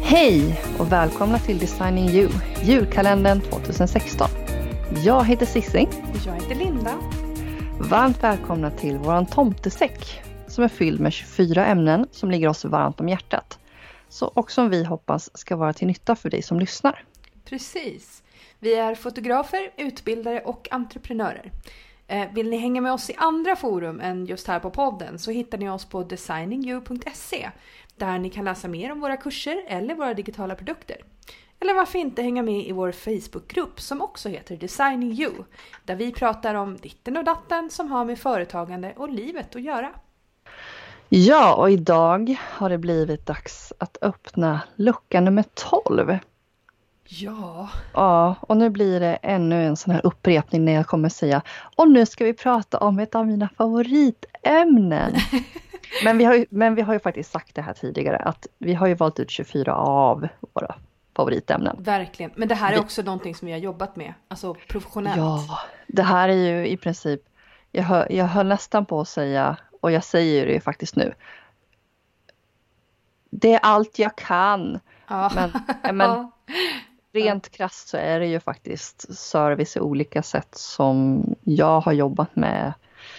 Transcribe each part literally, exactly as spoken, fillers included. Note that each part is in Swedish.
Hej och välkomna till Designing You, julkalendern tjugohundrasexton. Jag heter Sissi. Och jag heter Linda. Varmt välkomna till våran tomtesäck som är fylld med tjugofyra ämnen som ligger oss varmt om hjärtat. Så, och som vi hoppas ska vara till nytta för dig som lyssnar. Precis. Vi är fotografer, utbildare och entreprenörer. Eh, vill ni hänga med oss i andra forum än just här på podden så hittar ni oss på designing you punkt se där ni kan läsa mer om våra kurser eller våra digitala produkter. Eller varför inte hänga med i vår Facebookgrupp som också heter Designing You, där vi pratar om ditten och datten som har med företagande och livet att göra. Ja, och idag har det blivit dags att öppna lucka nummer tolv. Ja. Ja, och nu blir det ännu en sån här upprepning när jag kommer säga och nu ska vi prata om ett av mina favoritämnen. men, vi har ju, men vi har ju faktiskt sagt det här tidigare att vi har ju valt ut tjugofyra av våra favoritämnen. Verkligen, men det här är också någonting som vi har jobbat med, alltså professionellt. Ja, det här är ju i princip, jag hör, jag hör nästan på att säga, och jag säger det ju faktiskt nu. Det är allt jag kan. Ja. Men, men rent krasst så är det ju faktiskt service i olika sätt som jag har jobbat med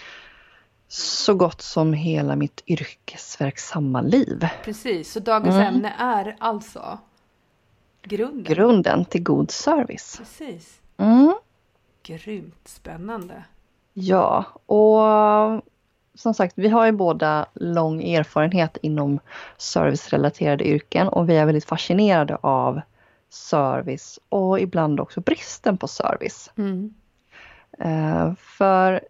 så gott som hela mitt yrkesverksamma liv. Precis, så dagens mm. ämne är alltså grunden. Grunden till god service. Precis. Mm. Grymt spännande. Ja, och som sagt, vi har ju båda lång erfarenhet inom servicerelaterade yrken och vi är väldigt fascinerade av service och ibland också bristen på service. Mm. Uh, för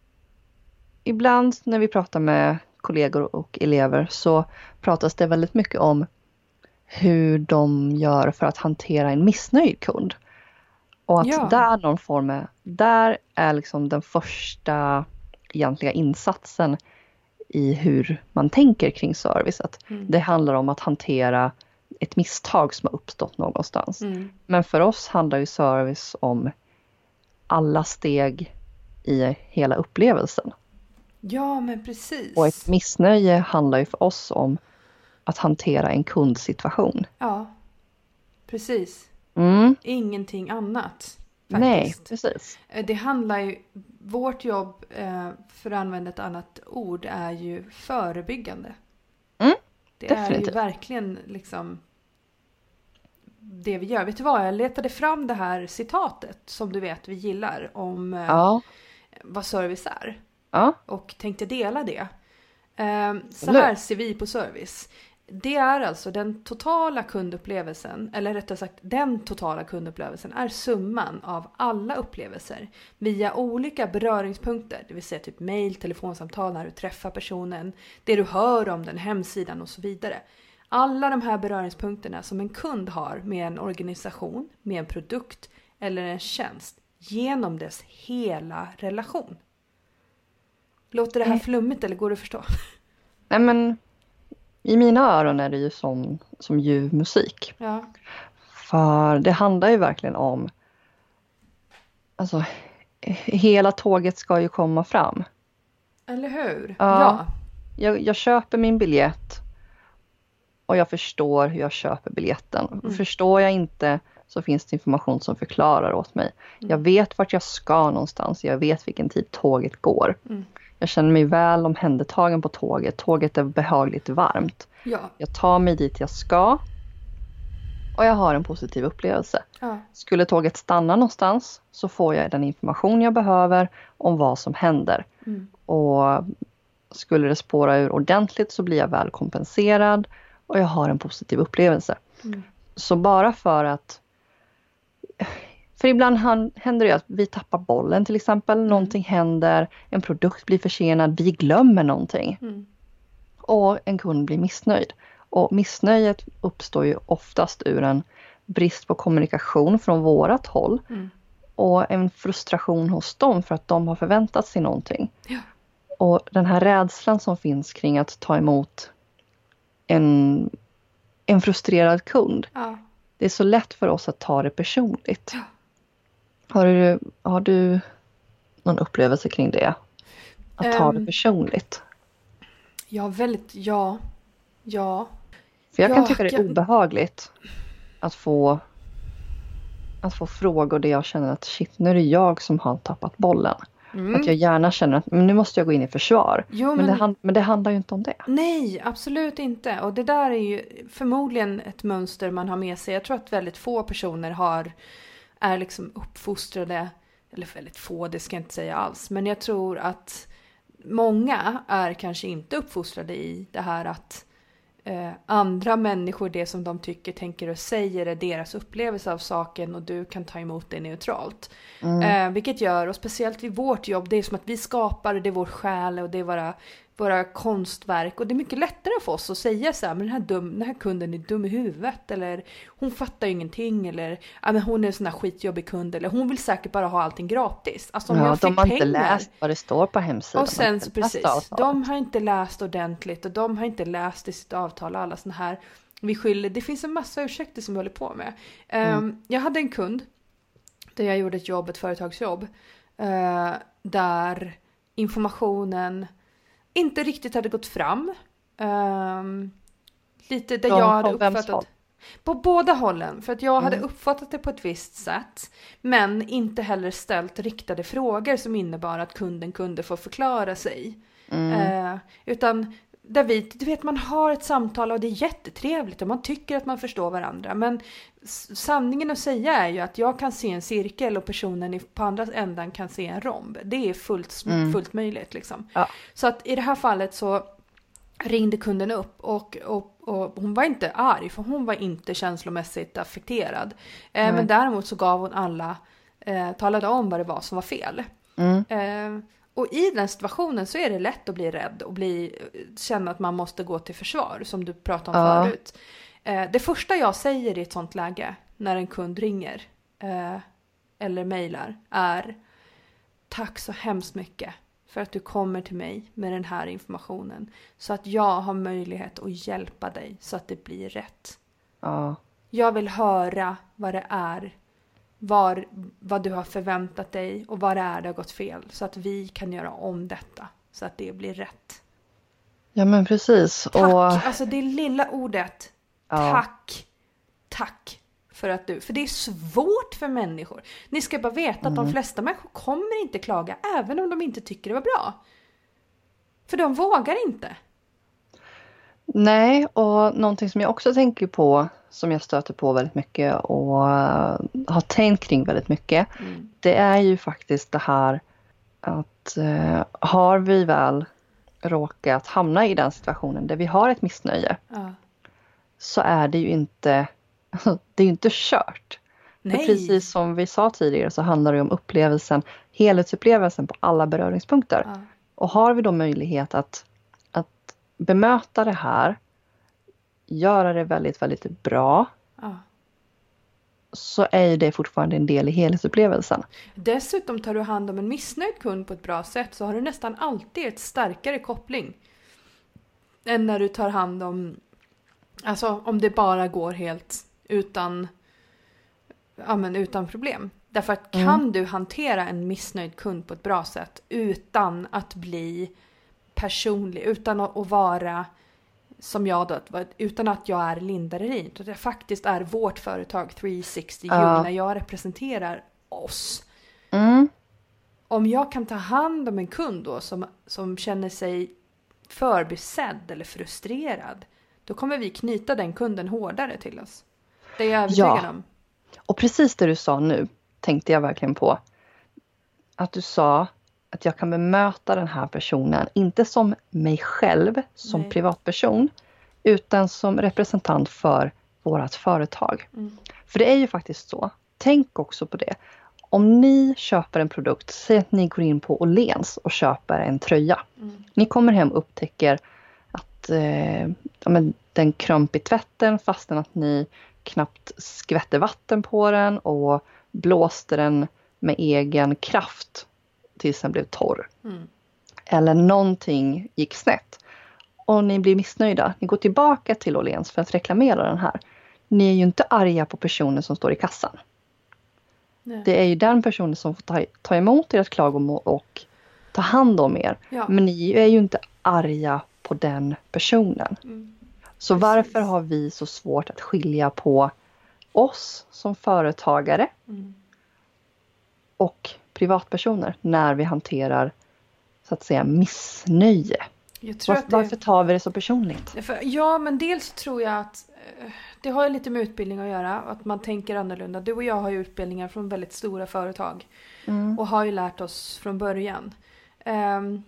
ibland när vi pratar med kollegor och elever så pratas det väldigt mycket om hur de gör för att hantera en missnöjd kund. Och att ja. där någon form är, där är liksom den första egentliga insatsen i hur man tänker kring service. Att mm. det handlar om att hantera ett misstag som har uppstått någonstans. Mm. Men för oss handlar ju service om alla steg i hela upplevelsen. Ja, men precis. Och ett missnöje handlar ju för oss om att hantera en kundsituation. Ja, precis. Mm. Ingenting annat. Faktiskt. Nej, precis. Det handlar ju, vårt jobb, för att använda ett annat ord, är ju förebyggande. Mm, det definitivt. är ju verkligen liksom det vi gör. Vet du vad, jag letade fram det här citatet som du vet vi gillar om ja. vad service är. Ja. Och tänkte dela det. Så här ser vi på service. Det är alltså den totala kundupplevelsen, eller rättare sagt den totala kundupplevelsen är summan av alla upplevelser via olika beröringspunkter, det vill säga typ mail, telefonsamtal när du träffar personen, det du hör om den, hemsidan och så vidare. Alla de här beröringspunkterna som en kund har med en organisation, med en produkt eller en tjänst genom dess hela relation. Låter det här flummigt eller går det att förstå? Nej men i mina öron är det ju som, som ljuv musik. Ja. För det handlar ju verkligen om alltså hela tåget ska ju komma fram. Eller hur? Ja. ja. Jag, jag köper min biljett och jag förstår hur jag köper biljetten. Mm. Förstår jag inte så finns det information som förklarar åt mig. Mm. Jag vet vart jag ska någonstans. Jag vet vilken tid tåget går. Mm. Jag känner mig väl omhändertagen på tåget. Tåget är behagligt varmt. Ja. Jag tar mig dit jag ska. Och jag har en positiv upplevelse. Ja. Skulle tåget stanna någonstans så får jag den information jag behöver om vad som händer. Mm. Och skulle det spåra ur ordentligt så blir jag väl kompenserad. Och jag har en positiv upplevelse. Mm. Så bara för att... För ibland händer det att vi tappar bollen till exempel. Mm. Någonting händer, en produkt blir försenad, vi glömmer någonting. Mm. Och en kund blir missnöjd. Och missnöjet uppstår ju oftast ur en brist på kommunikation från vårat håll. Mm. Och en frustration hos dem för att de har förväntat sig någonting. Ja. Och den här rädslan som finns kring att ta emot en, en frustrerad kund. Ja. Det är så lätt för oss att ta det personligt. Ja. Har du, har du någon upplevelse kring det? Att ta um, det personligt? Ja, väldigt, ja. Ja. För jag Ja, kan tycka det är jag- obehagligt att få att få frågor där jag känner att shit, nu är det jag som har tappat bollen. Mm. Att jag gärna känner att men nu måste jag gå in i försvar. Jo, men, men- det hand, men det handlar ju inte om det. Nej, absolut inte. Och det där är ju förmodligen ett mönster man har med sig. Jag tror att väldigt få personer har, är liksom uppfostrade, eller väldigt få, det ska jag inte säga alls. Men jag tror att många är kanske inte uppfostrade i det här att eh, andra människor, det som de tycker, tänker och säger är deras upplevelse av saken och du kan ta emot det neutralt. Mm. Eh, vilket gör, och speciellt vid vårt jobb, det är som att vi skapar, det är vår själ och det är våra, våra konstverk. Och det är mycket lättare för oss att säga så här, men den här, dum, den här kunden är dum i huvudet, eller hon fattar ju ingenting, eller ja, men hon är en sån här skitjobbig kund, eller hon vill säkert bara ha allting gratis. Alltså om Ja, jag de fick har pengar, inte läst vad det står på hemsidan. och sen De har inte läst precis, avtalet. de har inte läst ordentligt och de har inte läst i sitt avtal och alla såna här. Vi skyller, det finns en massa ursäkter som vi håller på med. Mm. Um, jag hade en kund där jag gjorde ett jobb, ett företagsjobb, uh, där informationen inte riktigt hade gått fram. Um, lite där Från- jag hade från vems uppfattat... håll? På båda hållen. För att jag hade Mm. uppfattat det på ett visst sätt. Men inte heller ställt riktade frågor som innebar att kunden kunde få förklara sig. Mm. Eh, utan där vi, du vet, man har ett samtal och det är jättetrevligt och man tycker att man förstår varandra. Men s- sanningen att säga är ju att jag kan se en cirkel och personen i- på andra änden kan se en romb. Det är fullt, Mm. fullt möjligt liksom. Ja. Så att i det här fallet så ringde kunden upp och, och, och hon var inte arg, för hon var inte känslomässigt affekterad. Eh, Nej. men däremot så gav hon alla, eh, talade om vad det var som var fel. Mm. Eh, och i den situationen så är det lätt att bli rädd och bli, känna att man måste gå till försvar, som du pratade om Ja. förut. Eh, det första jag säger i ett sånt läge när en kund ringer eh, eller mejlar är: tack så hemskt mycket för att du kommer till mig med den här informationen, så att jag har möjlighet att hjälpa dig så att det blir rätt. Ja. Jag vill höra vad det är, var, vad du har förväntat dig och vad det är det har gått fel, så att vi kan göra om detta så att det blir rätt. ja, men precis. Tack, Och, alltså det lilla ordet. ja. Tack, tack för att du, för det är svårt för människor. Ni ska bara veta att Mm. de flesta människor kommer inte klaga även om de inte tycker det var bra. För de vågar inte. Nej, och någonting som jag också tänker på, som jag stöter på väldigt mycket och uh, har tänkt kring väldigt mycket, Mm. det är ju faktiskt det här att uh, har vi väl råkat hamna i den situationen där vi har ett missnöje, Ja. så är det ju inte, det är ju inte kört. För Nej. precis som vi sa tidigare så handlar det om upplevelsen, helhetsupplevelsen på alla beröringspunkter. Ja. Och har vi då möjlighet att, att bemöta det här, göra det väldigt, väldigt bra, Ja. så är det fortfarande en del i helhetsupplevelsen. Dessutom tar du hand om en missnöjd kund på ett bra sätt, så har du nästan alltid ett starkare koppling än när du tar hand om, alltså om det bara går helt utan, ja, men utan problem. Därför att Mm. kan du hantera en missnöjd kund på ett bra sätt utan att bli personlig, utan att, att vara som jag då, att- utan att jag är Linda Rerin, att jag faktiskt är vårt företag trehundrasextio Ja. när jag representerar oss. Mm. Om jag kan ta hand om en kund då som, som känner sig förbisedd eller frustrerad, då kommer vi knyta den kunden hårdare till oss. Det är jag övertygad Ja. om. Och precis det du sa nu tänkte jag verkligen på. Att du sa att jag kan bemöta den här personen, inte som mig själv, som Nej. privatperson, utan som representant för vårt företag. Mm. För det är ju faktiskt så. Tänk också på det. Om ni köper en produkt, säg att ni går in på Åhléns och köper en tröja. Mm. Ni kommer hem och upptäcker att eh, ja, men den krömp i tvätten fastän att ni knappt skvätte vatten på den och blåste den med egen kraft tills den blev torr. Mm. Eller någonting gick snett. Och ni blir missnöjda. Ni går tillbaka till Åhléns för att reklamera den här. Ni är ju inte arga på personen som står i kassan. Nej. Det är ju den personen som får ta, ta emot ert klagomål och ta hand om er. Ja. Men ni är ju inte arga på den personen. Mm. Så Precis. Varför har vi så svårt att skilja på oss som företagare mm. och privatpersoner när vi hanterar så att säga missnöje? Jag tror Var, att det... Varför tar vi det så personligt? Ja, men dels tror jag att det har lite med utbildning att göra. Att man tänker annorlunda. Du och jag har ju utbildningar från väldigt stora företag. Mm. Och har ju lärt oss från början. Um,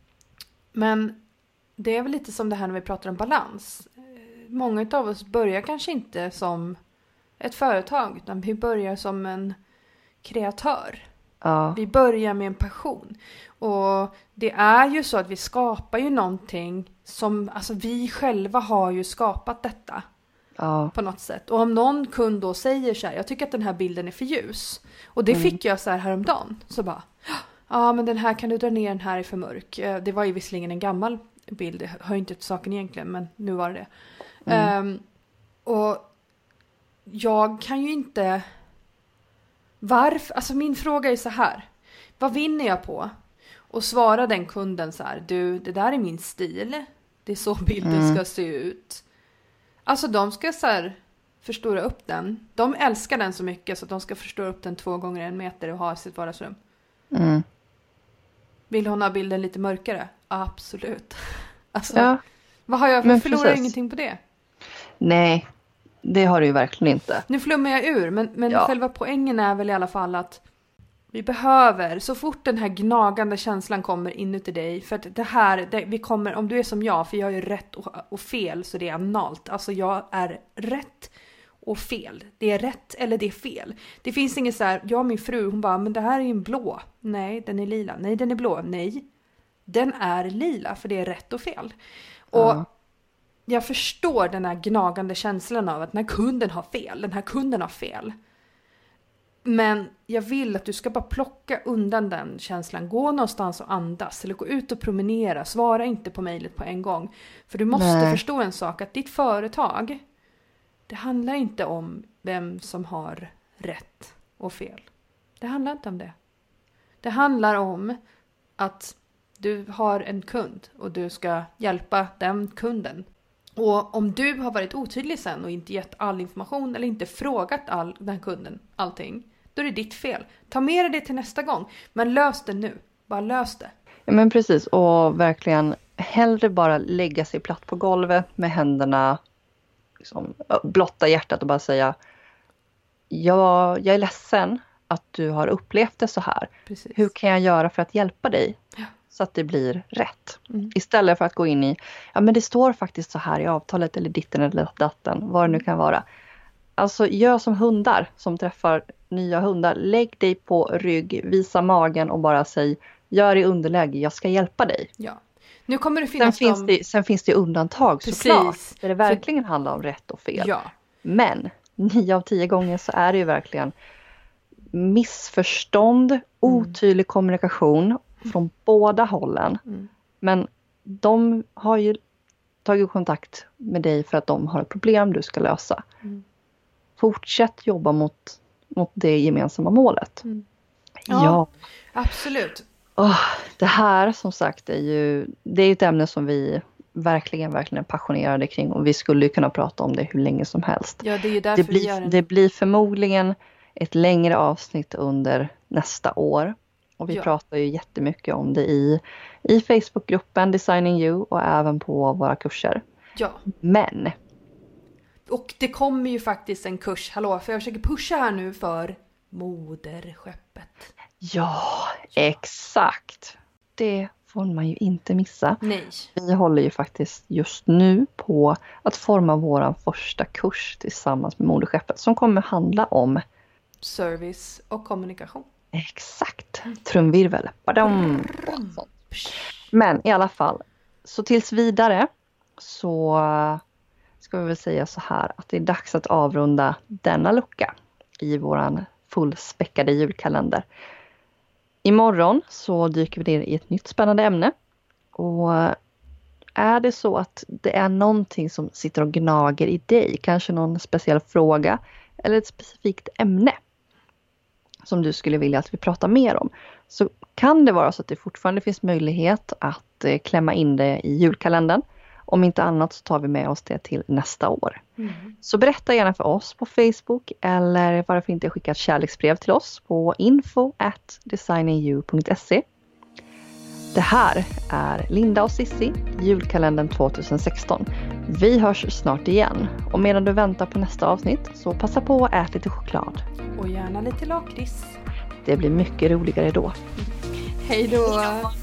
men det är väl lite som det här när vi pratar om balans. Många av oss börjar kanske inte som ett företag. Utan vi börjar som en kreatör. Ja. Vi börjar med en passion. Och det är ju så att vi skapar ju någonting som, alltså vi själva har ju skapat detta. Ja. På något sätt. Och om någon kund då säger så här, jag tycker att den här bilden är för ljus. Och det mm. fick jag så här häromdagen. Så bara, ja men den här kan du dra ner, den här är för mörk. Det var ju visserligen en gammal bild, det hör inte till saken egentligen, men nu var det det. Mm. Um, och jag kan ju inte, varför, alltså min fråga är så här, vad vinner jag på? Och svara den kunden så här, du, det där är min stil. Det är så bilden mm. ska se ut. Alltså de ska så här förstora upp den. De älskar den så mycket så att de ska förstora upp den två gånger en meter och ha i sitt vardagsrum. Mm. Vill hon ha bilden lite mörkare? Absolut. Alltså, ja. Vad har jag för förlorar ingenting på det? Nej, det har du ju verkligen inte. Nu flummar jag ur, men, men ja. Själva poängen är väl i alla fall att vi behöver, så fort den här gnagande känslan kommer inuti dig, för att det här, det, vi kommer, om du är som jag, för jag är ju rätt och, och fel, så det är analt. Alltså jag är rätt och fel. Det är rätt eller det är fel. Det finns inget så här, jag och min fru, hon bara, men det här är en blå. Nej, den är lila. Nej, den är blå. Nej, den är lila, för det är rätt och fel. Och mm. jag förstår den här gnagande känslan av att den här kunden har fel, den här kunden har fel. Men jag vill att du ska bara plocka undan den känslan. Gå någonstans och andas. Eller gå ut och promenera. Svara inte på mejlet på en gång. För du måste Nej. förstå en sak. Att ditt företag, det handlar inte om vem som har rätt och fel. Det handlar inte om det. Det handlar om att du har en kund. Och du ska hjälpa den kunden. Och om du har varit otydlig sen och inte gett all information. Eller inte frågat all, den kunden allting. Då är det ditt fel. Ta med dig det till nästa gång. Men lös det nu. Bara lös det. Ja, men precis. Och verkligen hellre bara lägga sig platt på golvet med händerna. Liksom, blotta hjärtat och bara säga. Ja, jag är ledsen att du har upplevt det så här. Precis. Hur kan jag göra för att hjälpa dig? Ja. Så att det blir rätt. Mm. Istället för att gå in i. Ja, men det står faktiskt så här i avtalet. Eller ditten eller datten. Vad det nu kan vara. Alltså gör som hundar som träffar nya hundar. Lägg dig på rygg, visa magen och bara säg gör i underläge, jag ska hjälpa dig. Ja. Nu kommer det finnas sen, finns det, sen finns det undantag såklart. Där det verkligen För... handlar om rätt och fel. Ja. Men nio av tio gånger så är det ju verkligen missförstånd, mm. otydlig kommunikation mm. från båda hållen. Mm. Men de har ju tagit kontakt med dig för att de har ett problem du ska lösa. Mm. Fortsätt jobba mot, mot det gemensamma målet. Mm. Ja, ja, absolut. Oh, det här som sagt är ju det är ett ämne som vi verkligen, verkligen är passionerade kring. Och vi skulle kunna prata om det hur länge som helst. Ja, det är ju därför det blir, vi gör en... det blir förmodligen ett längre avsnitt under nästa år. Och vi ja. pratar ju jättemycket om det i, i Facebookgruppen Designing You och även på våra kurser. Ja. Men... Och det kommer ju faktiskt en kurs, hallå, för jag försöker pusha här nu för moderskeppet. Ja, exakt. Det får man ju inte missa. Nej. Vi håller ju faktiskt just nu på att forma våran första kurs tillsammans med moderskeppet som kommer handla om service och kommunikation. Exakt. Trumvirvel. Badum. Men i alla fall, så tills vidare så ska vi väl säga så här att det är dags att avrunda denna lucka i våran fullspäckade julkalender. Imorgon så dyker vi ner i ett nytt spännande ämne. Och är det så att det är någonting som sitter och gnager i dig, kanske någon speciell fråga eller ett specifikt ämne som du skulle vilja att vi pratar mer om, så kan det vara så att det fortfarande finns möjlighet att klämma in det i julkalendern. Om inte annat så tar vi med oss det till nästa år. Mm. Så berätta gärna för oss på Facebook eller varför inte skicka ett kärleksbrev till oss på info at designeru punkt se. Det här är Linda och Sissi, julkalendern tjugohundrasexton. Vi hörs snart igen. Och medan du väntar på nästa avsnitt så passa på att äta lite choklad. Och gärna lite lakrits. Det blir mycket roligare då. Hej då!